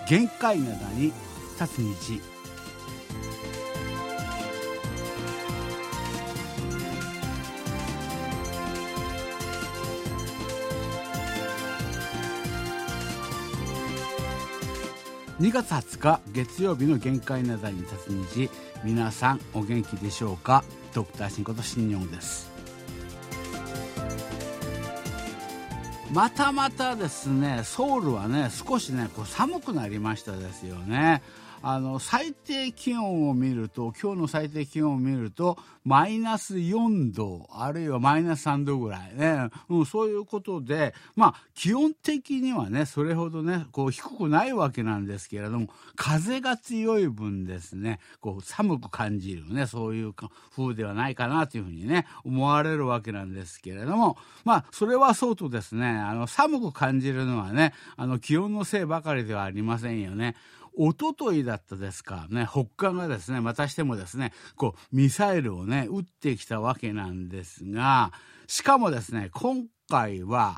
限界灘に立つ虹。2月20日月曜日の限界灘に立つ虹。皆さんお元気でしょうか。ドクターシンことシンニョンです。またですね、ソウルはね少しね寒くなりましたですよね。最低気温を見ると、今日の最低気温を見るとマイナス4度あるいはマイナス3度ぐらいね、そういうことで、気温的にはねそれほどね低くないわけなんですけれども、風が強い分ですね寒く感じるね、そういう風ではないかなというふうにね思われるわけなんですけれども、それはそうとですね、寒く感じるのはね気温のせいばかりではありませんよね。一昨日だったですかね、北韓がですねまたしてもですねミサイルをね撃ってきたわけなんですが、しかもですね今回は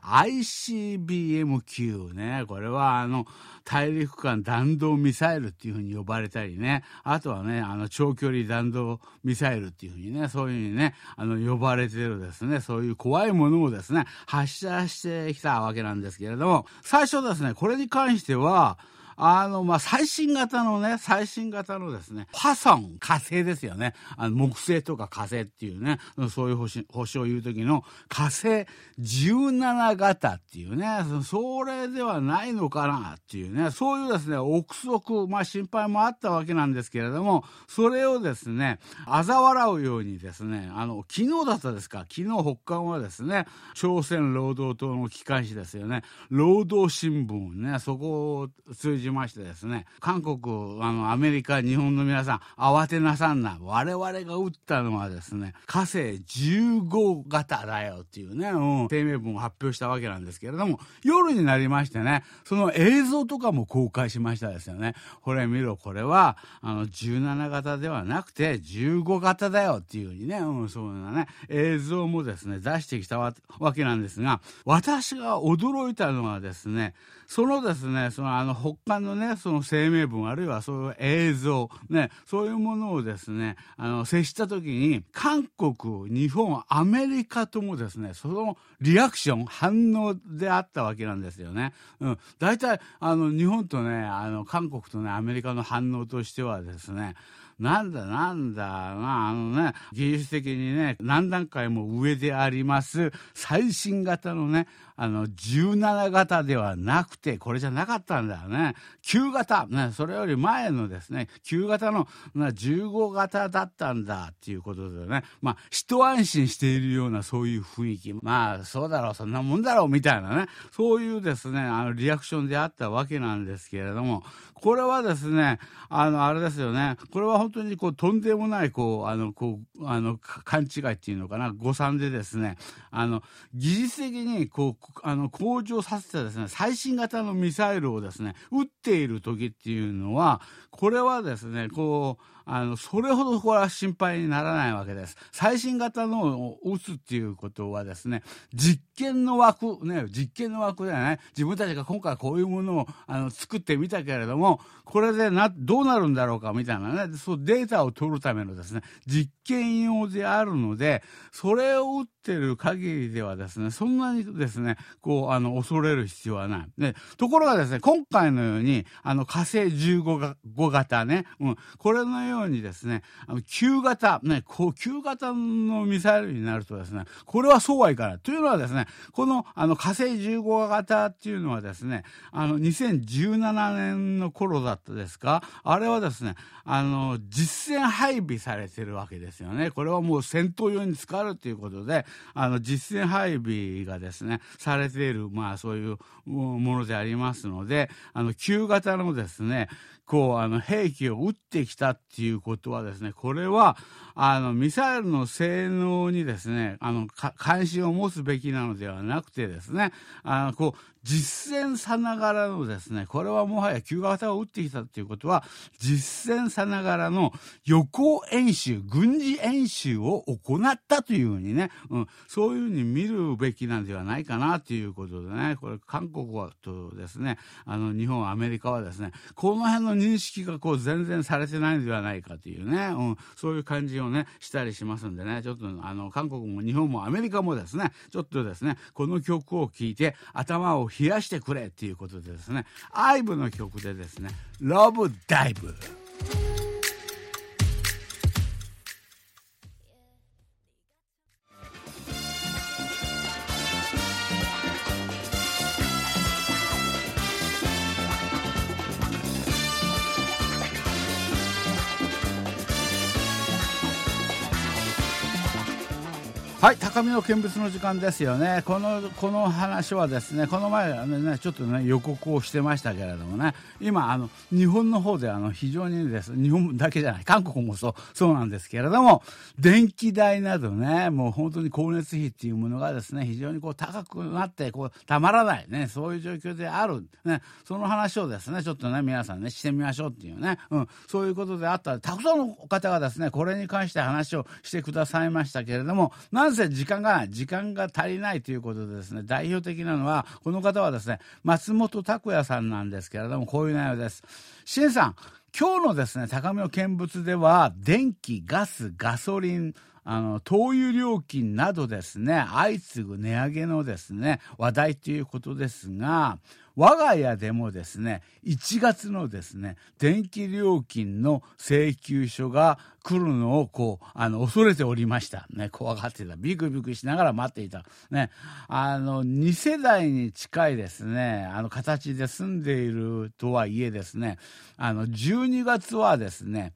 ICBM 級ね、これは大陸間弾道ミサイルっていうふうに呼ばれたりね、あとはね長距離弾道ミサイルっていうふうにね、そういうふうにね呼ばれているですね、そういう怖いものをですね発射してきたわけなんですけれども、最初ですねこれに関しては最新型のですね火星ですよね。木星とか火星っていうね、そういう星を言う時の火星17型っていうね、それではないのかなっていうね、そういうですね憶測、心配もあったわけなんですけれども、それをですね嘲笑うようにですね、昨日だったですか、昨日北韓はですね朝鮮労働党の機関紙ですよね、労働新聞ね、そこを通じましてですね、韓国アメリカ日本の皆さん慌てなさんな、我々が撃ったのはですね火星15型だよっていうね、声明文を発表したわけなんですけれども、夜になりましてね、その映像とかも公開しましたですよね。これ見ろ、これは17型ではなくて15型だよっていうふうにね、そういうなね映像もですね出してきたわけなんですが、私が驚いたのはですね、そのですね北韓のねその声明文あるいはそういう映像ね、そういうものをですね接した時に、韓国、日本、アメリカともですねそのリアクション反応であったわけなんですよね。だいたい日本とね韓国とねアメリカの反応としてはですね、なんだ技術的にね何段階も上であります最新型のね17型ではなくて、これじゃなかったんだよね、旧型ね、それより前のですね旧型の15型だったんだっていうことでね、一安心しているようなそういう雰囲気、そうだろう、そんなもんだろうみたいなね、そういうですねリアクションであったわけなんですけれども、これはですねあれですよね、これは本当にとんでもない勘違いっていうのかな、誤算でですね技術的に向上させたですね最新型のミサイルをですね撃っている時っていうのは、これはですねそれほどこれは心配にならないわけです。最新型のを撃つっていうことはですね実験の枠でね、自分たちが今回こういうものを作ってみたけれども、これでどうなるんだろうかみたいなね、そうデータを取るためのですね実験用であるので、それを撃ってる限りではですねそんなにですね恐れる必要はない。でところがですね、今回のように火星15型ね、これのようにですね旧型ね、旧型のミサイルになるとですね、これはそうはいかない。というのはですね、この火星15型っていうのはですね2017年の頃だったですか、あれはですね実戦配備されてるわけですよね。これはもう戦闘用に使われるということで実戦配備がですねされているそういうものでありますので、旧型のですね兵器を撃ってきたっていうことはですね、これはミサイルの性能にですね関心を持つべきなのではなくてですね実戦さながらのですね、これはもはや旧型を撃ってきたということは実戦さながらの予行演習、軍事演習を行ったというふうにね、そういうふうに見るべきなんではないかななっていうことでね、これ韓国はとですね、日本アメリカはですね、この辺の認識がこう全然されてないのではないかというね、そういう感じをねしたりしますんでね、ちょっと韓国も日本もアメリカもですね、ちょっとですねこの曲を聴いて頭を冷やしてくれっていうことでですね、IVEの曲でですね、Love Dive。はい、高見の見物の時間ですよね。この話はですね、この前ねちょっとね予告をしてましたけれどもね、今日本の方で非常にですね、日本だけじゃない、韓国もそうなんですけれども、電気代などね、もう本当に光熱費っていうものがですね非常にこう高くなってこうたまらないね、そういう状況であるね、その話をですねちょっとね皆さんねしてみましょうっていうね、そういうことであったら、たくさんの方がですねこれに関して話をしてくださいましたけれども、なんせ時間が足りないということでですね、代表的なのはこの方はですね松本拓也さんなんですけれども、こういう内容です。シンさん、今日のですね高見の見物では電気、ガス、ガソリン、灯油料金などですね相次ぐ値上げのですね話題ということですが、我が家でもですね1月のですね電気料金の請求書が来るのを恐れておりましたね。怖がっていた、ビクビクしながら待っていたね。2世代に近いですね形で住んでいるとはいえですね、12月はですね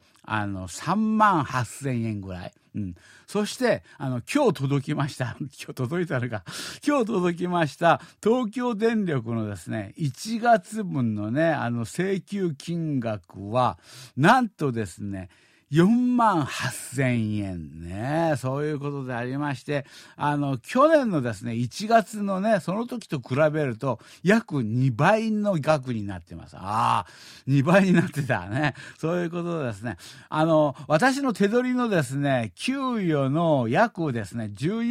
3万8000円ぐらい、そして今日届きました今日届きました東京電力のですね1月分のね請求金額はなんとですね4万8000円ね。そういうことでありまして、去年のですね1月のねその時と比べると約2倍の額になってます。2倍になってたね。そういうことですね。私の手取りのですね給与の約ですね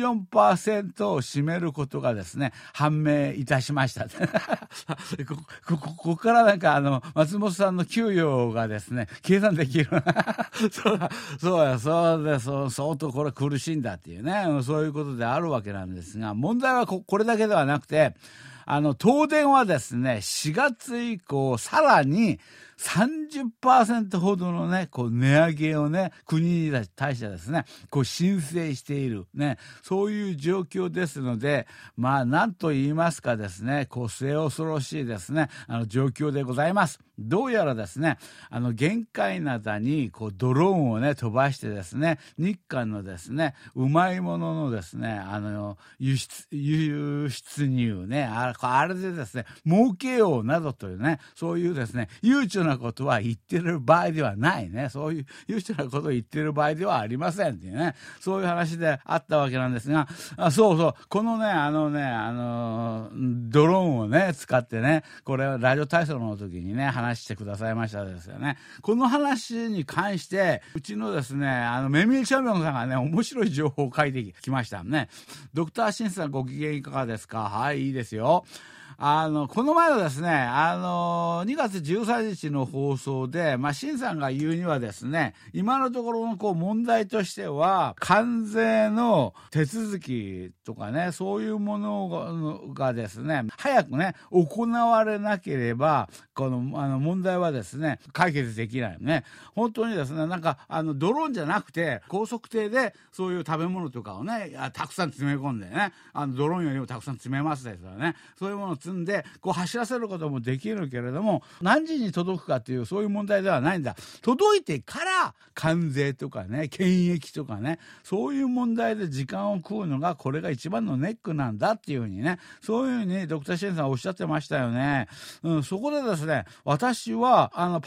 14% を占めることがですね判明いたしましたここからなんか松本さんの給与がですね計算できるそうです。相当これ苦しいんだっていうね、そういうことであるわけなんですが、問題はこれだけではなくて、東電はですね4月以降さらに30% ほどのね値上げをね国に対してですね申請しているね、そういう状況ですので、何と言いますかですね末恐ろしいですね状況でございます。どうやらですね玄界灘にドローンをね飛ばしてですね日韓のですねうまいもののですね輸出入ねあれでですね儲けようなどというね、そういうですね悠長なことは言ってる場合ではないね、そういう悠長なことを言ってる場合ではありませんっていうね、そういう話であったわけなんですが、このねドローンをね使ってね、これはラジオ体操の時にね話してくださいましたですよね。この話に関してうちのですねメミーチャンピオンさんがね面白い情報を書いてきましたね。ドクターシンさん、ご機嫌いかがですか？はい、いいですよ。この前はですね、2月13日の放送で、シンさんが言うにはですね、今のところの問題としては、関税の手続きとかね、そういうものがですね、早くね、行われなければ、この問題はですね、解決できないね。本当にですね、なんか、ドローンじゃなくて、高速艇でそういう食べ物とかをね、たくさん詰め込んでね、ドローンよりもたくさん詰めますですからね、そういうものを積んで走らせることもできるけれども、何時に届くかというそういう問題ではないんだ。届いてから関税とかね検疫とかね、そういう問題で時間を食うのがこれが一番のネックなんだっていうふうにね、そういうふうにドクターシェンさんおっしゃってましたよね。そこでですね、私はパンデミ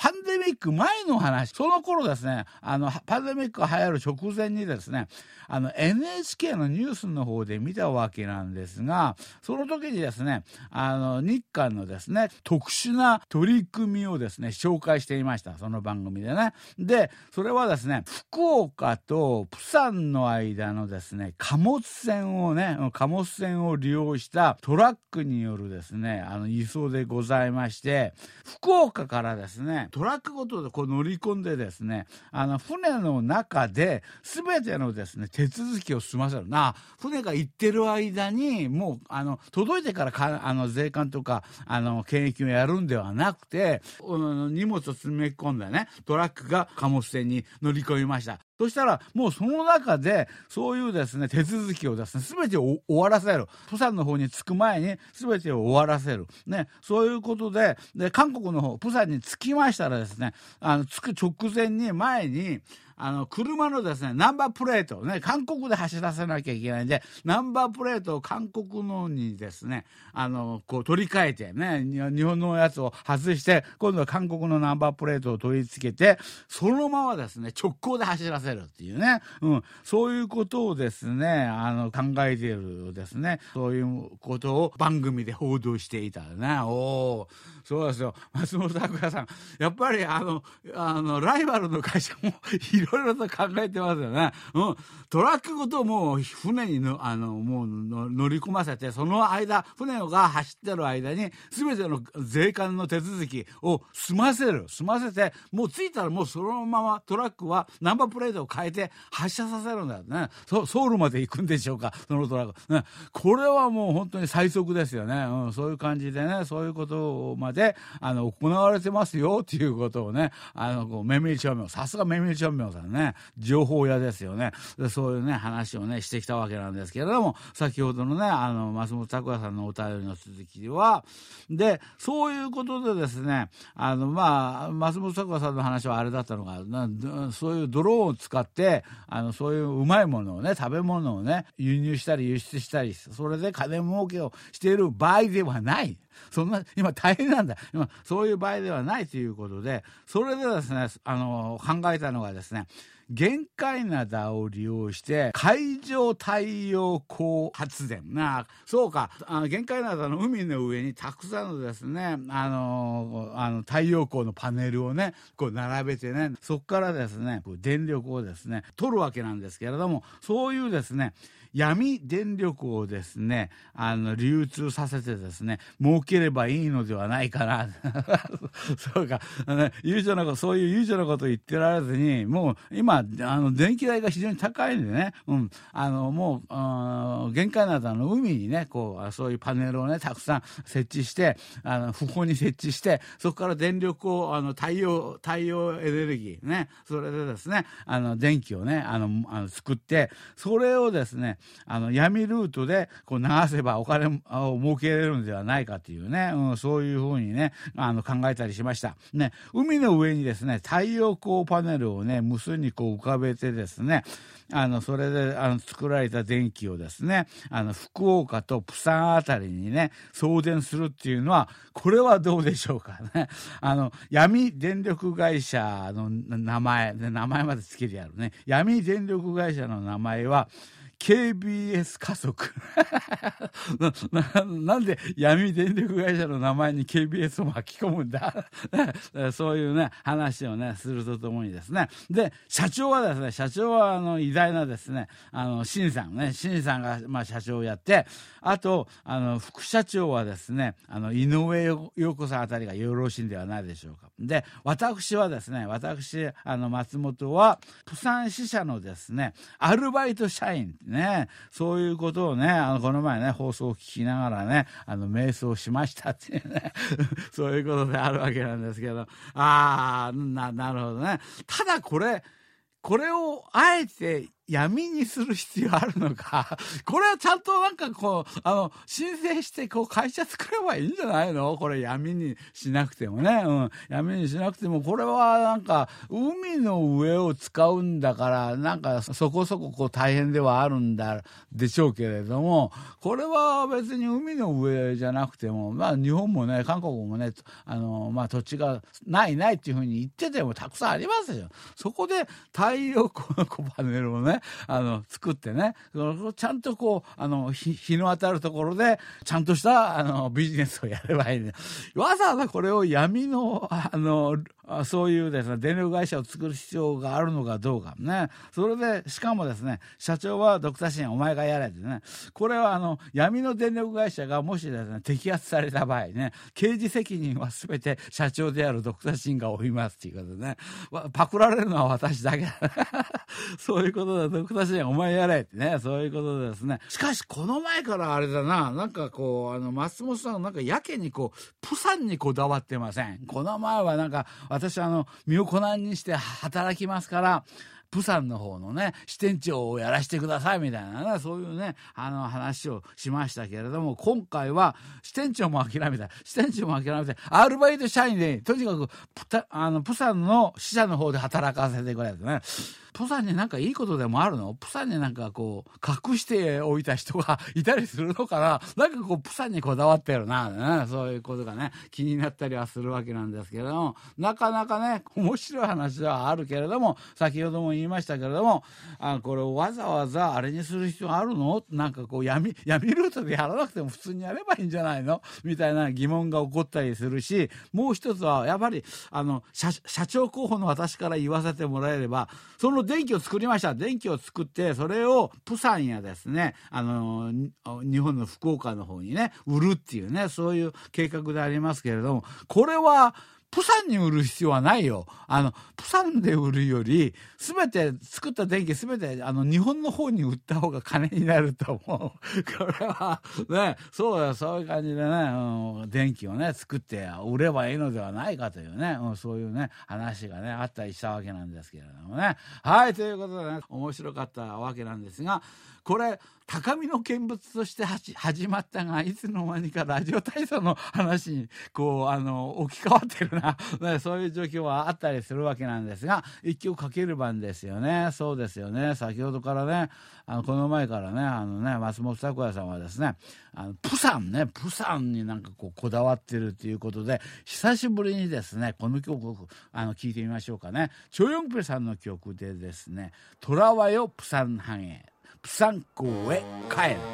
ミック前の話、その頃ですね、パンデミックが流行る直前にですね、NHK のニュースの方で見たわけなんですが、その時にですね、日韓のですね、特殊な取り組みをですね、紹介していました。その番組でね。で、それはですね、福岡とプサンの間のですね、貨物船を利用したトラックによるですね、輸送でございまして、福岡からですね、トラックごとでこう乗り込んでですね、船の中で全てのですね、手続きを済ませる。船が行ってる間にもう届いてから税関とか検疫をやるんではなくて、荷物を詰め込んだねトラックが貨物船に乗り込みました。そしたらもうその中でそういうですね手続きをですね全て終わらせる。プサンの方に着く前に全てを終わらせるね。そういうことで韓国の方プサンに着きましたらですね、着く直前に前に車のですねナンバープレートね、韓国で走らせなきゃいけないんで、ナンバープレートを韓国のにですねこう取り替えてね、日本のやつを外して今度は韓国のナンバープレートを取り付けて、そのままですね直行で走らせるっていうね、そういうことをですね考えているですね、そういうことを番組で報道していたね。そうですよ、松本拓也さん、やっぱりライバルの会社もいろいろと考えてますよね。トラックごともう船にもう乗り込ませて、その間船が走ってる間に全ての税関の手続きを済ませて、もう着いたらもうそのままトラックはナンバープレートを変えて発車させるんだよね。ソウルまで行くんでしょうか、そのトラック、ね、これはもう本当に最速ですよね。そういう感じでね、そういうことまで行われてますよっていうことをね、メミリチョンミョン、さすがメミリチョンミョンさんね、情報屋ですよね。でそういうね話をねしてきたわけなんですけれども、先ほどのね松本拓也さんのお便りの続きはで、そういうことでですね、松本拓也さんの話はあれだったのが、そういうドローンを使ってそういううまいものをね、食べ物をね輸入したり輸出したり、それで金儲けをしている場合ではない。そんな今大変なんだ、今そういう場合ではないということで、それでですね考えたのがですね、玄界灘を利用して海上太陽光発電そうか、玄界灘の海の上にたくさんのですね太陽光のパネルをねこう並べてね、そこからですね電力をですね取るわけなんですけれども、そういうですね闇電力をですね流通させてですね儲ければいいのではないかなそうか、そういう悠長なことを言ってられずに、もう今電気代が非常に高いんでね、もう玄界灘の海にねそういうパネルをねたくさん設置して、不法に設置して、そこから電力を太陽エネルギーね、それでですね電気をね作って、それをですね闇ルートでこう流せばお金を儲けれるんではないかというね、そういうふうにね考えたりしましたね。海の上にですね太陽光パネルをね無数にこう浮かべてですね、それで作られた電気をですね福岡とプサンあたりにね送電するっていうのは、これはどうでしょうかね。闇電力会社の名前までつけてあるね。闇電力会社の名前はKBS 家族なんで闇電力会社の名前に KBS を巻き込むんだそういうね話をねするとともにですね、で社長は偉大なですね新さんが社長をやって、あと副社長はですね井上陽子さんあたりがよろしいんではないでしょうか。で私松本はプサン支社のですねアルバイト社員ね、そういうことをねこの前ね放送を聞きながらね瞑想しましたっていうねそういうことであるわけなんですけど、なるほどね。ただこれをあえて闇にする必要あるのか。これはちゃんとなんかこう、申請してこう会社作ればいいんじゃないの？これ闇にしなくてもね。闇にしなくても、これはなんか、海の上を使うんだから、なんかそこそここう大変ではあるんだでしょうけれども、これは別に海の上じゃなくても、まあ日本もね、韓国もね、土地がないっていうふうに言っててもたくさんありますよ。そこで太陽光パネルをね、作ってね、ちゃんとこう、日の当たるところで、ちゃんとした、ビジネスをやればいいね。わざわざこれを闇の、そういうですね、電力会社を作る必要があるのかどうかね。それで、しかもですね、社長はドクターシン、お前がやれってね。これは闇の電力会社がもしですね、摘発された場合ね、刑事責任は全て社長であるドクターシンが負いますっていうことでね。パクられるのは私だけだ。そういうことだ、ドクターシン、お前やれってね。そういうことですね。しかし、この前からあれだな、なんかこう、松本さん、なんかやけにこう、プサンにこだわってません。この前はなんか、私身を粉にして働きますから、プサンの方のね、支店長をやらせてくださいみたいなね、そういうね、話をしましたけれども、今回は支店長も諦めて、アルバイト社員で、とにかくプサンの支社の方で働かせてくれってね。プサンになんかいいことでもあるの？プサンになんかこう、隠しておいた人がいたりするのかな？なんかこう、プサンにこだわってるな、ね、そういうことがね、気になったりはするわけなんですけれども、なかなかね、面白い話ではあるけれども、先ほども言いましたけれども、これをわざわざあれにする必要あるの？なんかこう、闇ルートでやらなくても普通にやればいいんじゃないの？みたいな疑問が起こったりするし、もう一つは、やっぱり、社長候補の私から言わせてもらえれば、その電気を作りました。電気を作って、それをプサンやですね、日本の福岡の方にね、売るっていうね、そういう計画でありますけれども、これは、プサンに売る必要はないよ。プサンで売るより、作った電気すべて、日本の方に売った方が金になると思う。これは、ね、そういう感じでね、電気をね、作って売ればいいのではないかというね、そういうね、話がね、あったりしたわけなんですけれどもね。はい、ということでね、面白かったわけなんですが、これ、高みの見物として始まったが、いつの間にかラジオ体操の話に、こう、置き換わってるな、ね、そういう状況はあったりするわけなんですが、一曲かける番ですよね。そうですよね。先ほどからね、この前からね、松本拓也さんはですね、プサンになんかこだわってるということで、久しぶりにですね、この曲を聴いてみましょうかね。チョヨンペさんの曲でですね、虎はよプサン藩へ、プサン港へ帰る。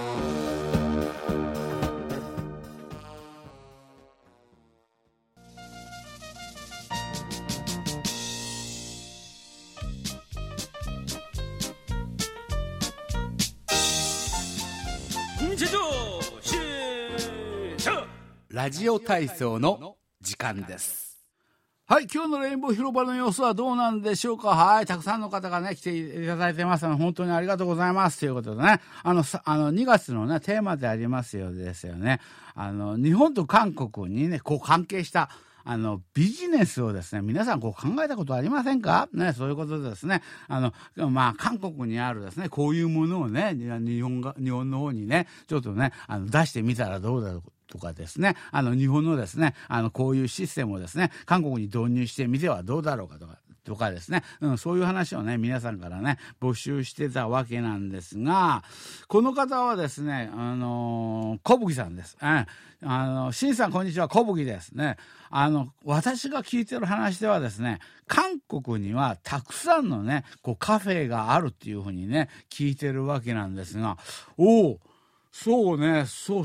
ラジオ体操の時間です。はい、今日のレインボー広場の様子はどうなんでしょうか。はい、たくさんの方がね、来ていただいてますので、本当にありがとうございますということでね、2月のね、テーマでありますようですよね。日本と韓国にね、こう関係した、ビジネスをですね、皆さんこう考えたことありませんかね、そういうことでですね、韓国にあるですね、こういうものをね、日本の方にね、ちょっとね、出してみたらどうだろうとかですね、日本のですね、こういうシステムをですね、韓国に導入してみてはどうだろうかとかですね、そういう話をね、皆さんからね、募集してたわけなんですが、この方はですね、小吹さんです。しんさんこんにちは、小吹ですね。私が聞いてる話ではですね、韓国にはたくさんのね、こうカフェがあるっていうふうにね、聞いてるわけなんですが、そうね、そう。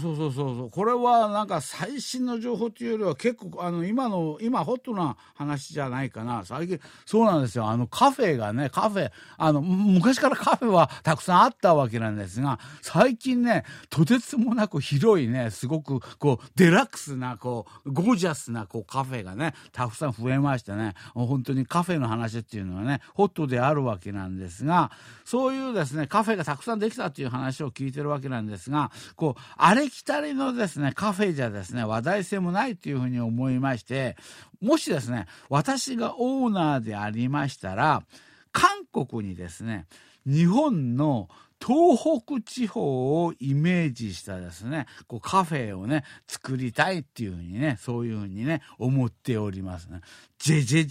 これはなんか最新の情報っていうよりは結構今ホットな話じゃないかな。最近、そうなんですよ。カフェがね、昔からカフェはたくさんあったわけなんですが、最近ね、とてつもなく広いね、すごくこう、デラックスな、こう、ゴージャスなこうカフェがね、たくさん増えましてね、本当にカフェの話っていうのはね、ホットであるわけなんですが、そういうですね、カフェがたくさんできたっていう話を聞いてるわけなんですが、こうあれきたりのですねカフェじゃですね話題性もないというふうに思いまして、もしですね私がオーナーでありましたら、韓国にですね日本の東北地方をイメージしたですね、こうカフェをね、作りたいっていうふうにね、そういうふうにね、思っておりますね。東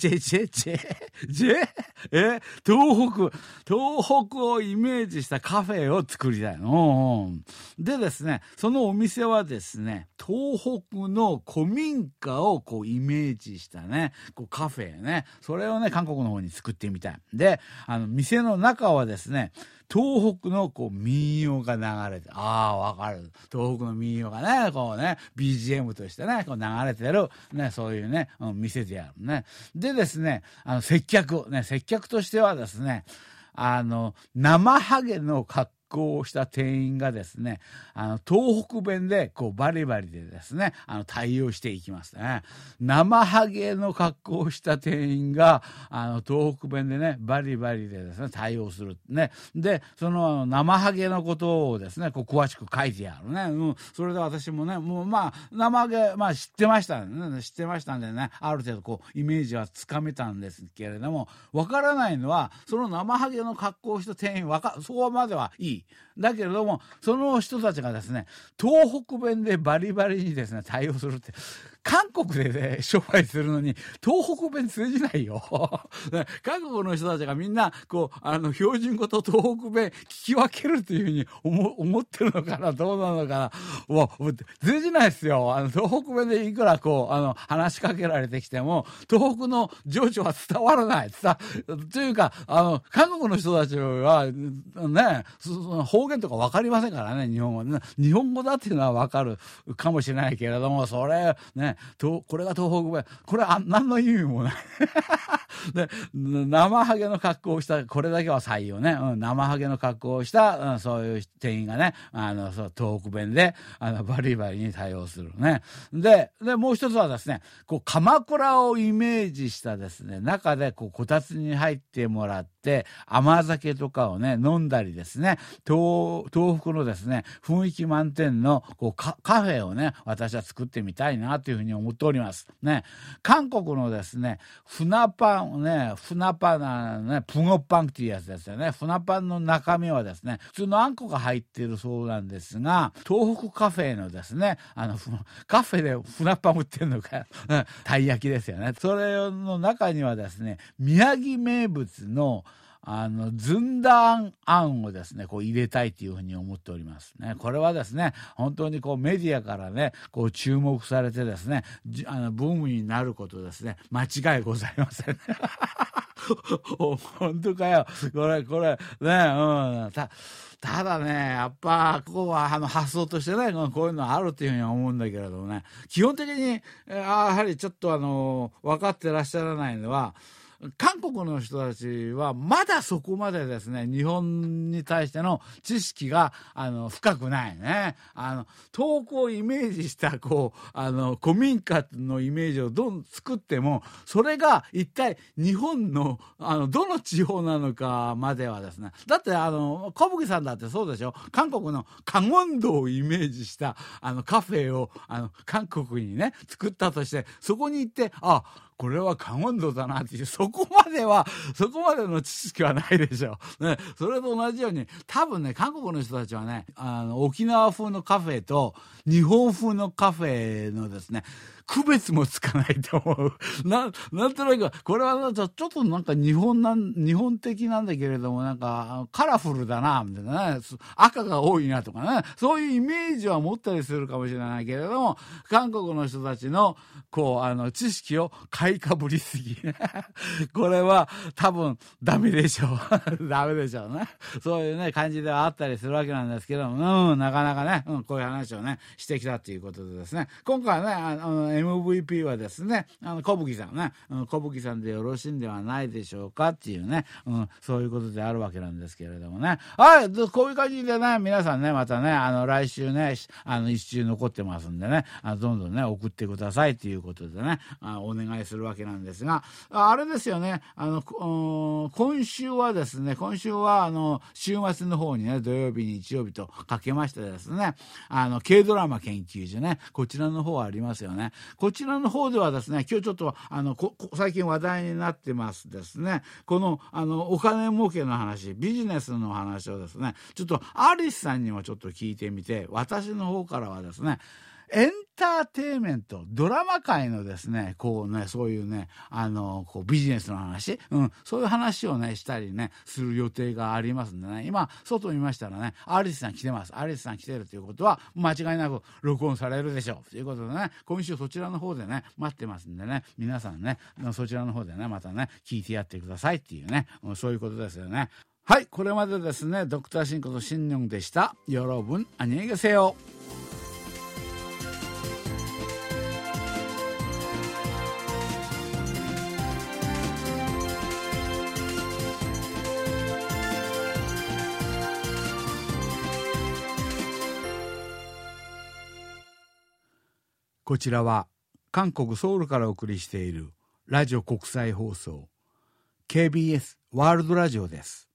北をイメージしたカフェを作りたいの。でですね、そのお店はですね、東北の古民家をこうイメージしたね、こうカフェね、それをね、韓国の方に作ってみたい。で、店の中はですね、東北のこう民謡が流れて、わかる。東北の民謡がね、こうね、BGM としてね、こう流れてる、ね、そういうね、店であるね。でですね、接客としてはですね、生ハゲの格好をした店員がですね、東北弁でこうバリバリでですね、対応していきますね。生ハゲの格好をした店員が東北弁でね、バリバリでですね、対応するね。で、その生ハゲのことをですね、こう詳しく書いてあるね。それで私もね、もう生ハゲ知ってましたね。知ってましたんでね、ある程度こうイメージはつかめたんですけれども、わからないのはその生ハゲの格好をした店員そこまではいい。だけれども、その人たちがですね、東北弁でバリバリにですね、対応するって、韓国でね、商売するのに、東北弁通じないよ。韓国の人たちがみんな、こう、標準語と東北弁聞き分けるというふうに思ってるのかな、どうなのかな。通じないですよ。東北弁でいくらこう、話しかけられてきても、東北の情緒は伝わらない。というか、韓国の人たちは、ね、方言とか分かりませんからね、日本語ね。日本語だっていうのは分かるかもしれないけれども、それ、ね、これが東北弁、これは何の意味もない。で、生ハゲの格好をした、これだけは採用ね。生ハゲの格好をした、そういう店員がね、東北弁で、バリバリに対応するね。で、もう一つはですね、こう、鎌倉をイメージしたですね、中でこう、こたつに入ってもらって、甘酒とかをね、飲んだりですね、東北のですね、雰囲気満点のこうカフェをね、私は作ってみたいなというふうに思っておりますね。韓国のですね、船パンなね、プゴパンっていうやつですよね。船パンの中身はですね、普通のあんこが入っているそうなんですが、東北カフェのですね、カフェで船パン売ってるのか、たい焼きですよね。それの中にはですね、宮城名物のずんだあんをですね、こう入れたいというふうに思っておりますね。これはですね、本当にこうメディアからね、こう注目されてですね、ブームになることですね、間違いございません。本当かよ。これ、ね、ただね、やっぱ、ここは発想としてね、こういうのあるっていうふうには思うんだけれどもね、基本的に、やはりちょっと分かってらっしゃらないのは、韓国の人たちはまだそこまでですね、日本に対しての知識が深くないね。東北をイメージしたこう古民家のイメージをどん作っても、それが一体日本のどの地方なのかまではですね、だって小吹さんだってそうでしょ。韓国のカゴン道をイメージしたカフェを韓国にね作ったとして、そこに行ってこれはカゴン道だなっていう、そこまでの知識はないでしょう。ね、それと同じように、多分ね、韓国の人たちはね、沖縄風のカフェと日本風のカフェのですね、区別もつかないと思う。なんとなく、これはちょっとなんか日本的なんだけれども、なんかカラフルだな、みたいなね、赤が多いなとかね、そういうイメージは持ったりするかもしれないけれども、韓国の人たちの、こう、知識を買いかぶりすぎ。これは多分ダメでしょう。ダメでしょうね。そういうね、感じではあったりするわけなんですけども、なかなかね、こういう話をね、してきたということでですね、今回はね、MVP はですね、小吹さんね、小吹さんでよろしいんではないでしょうかっていうね、そういうことであるわけなんですけれどもね。はい、こういう感じでね、皆さんね、またね、来週ね、一週残ってますんでね、どんどんね、送ってくださいっていうことでね、お願いするわけなんですが、あれですよね、今週は週末の方にね、土曜日日曜日とかけましてですね、軽ドラマ研究所ね、こちらの方はありますよね。 こちらの方ではですね、今日ちょっと最近話題になってますですね、このお金儲けの話、ビジネスの話をですね、ちょっとアリスさんにもちょっと聞いてみて、私の方からはですね、エンターテイメント、ドラマ界のですね、こうね、そういうね、こうビジネスの話、そういう話をね、したりね、する予定がありますんでね、今、外見ましたらね、アリスさん来てます。アリスさん来てるということは、間違いなく録音されるでしょう。ということでね、今週そちらの方でね、待ってますんでね、皆さんね、そちらの方でね、またね、聞いてやってくださいっていうね、そういうことですよね。はい、これまでですね、ドクターシンことシンニョンでした。여러분、안녕히 계세요。こちらは韓国ソウルからお送りしているラジオ国際放送 KBS ワールドラジオです。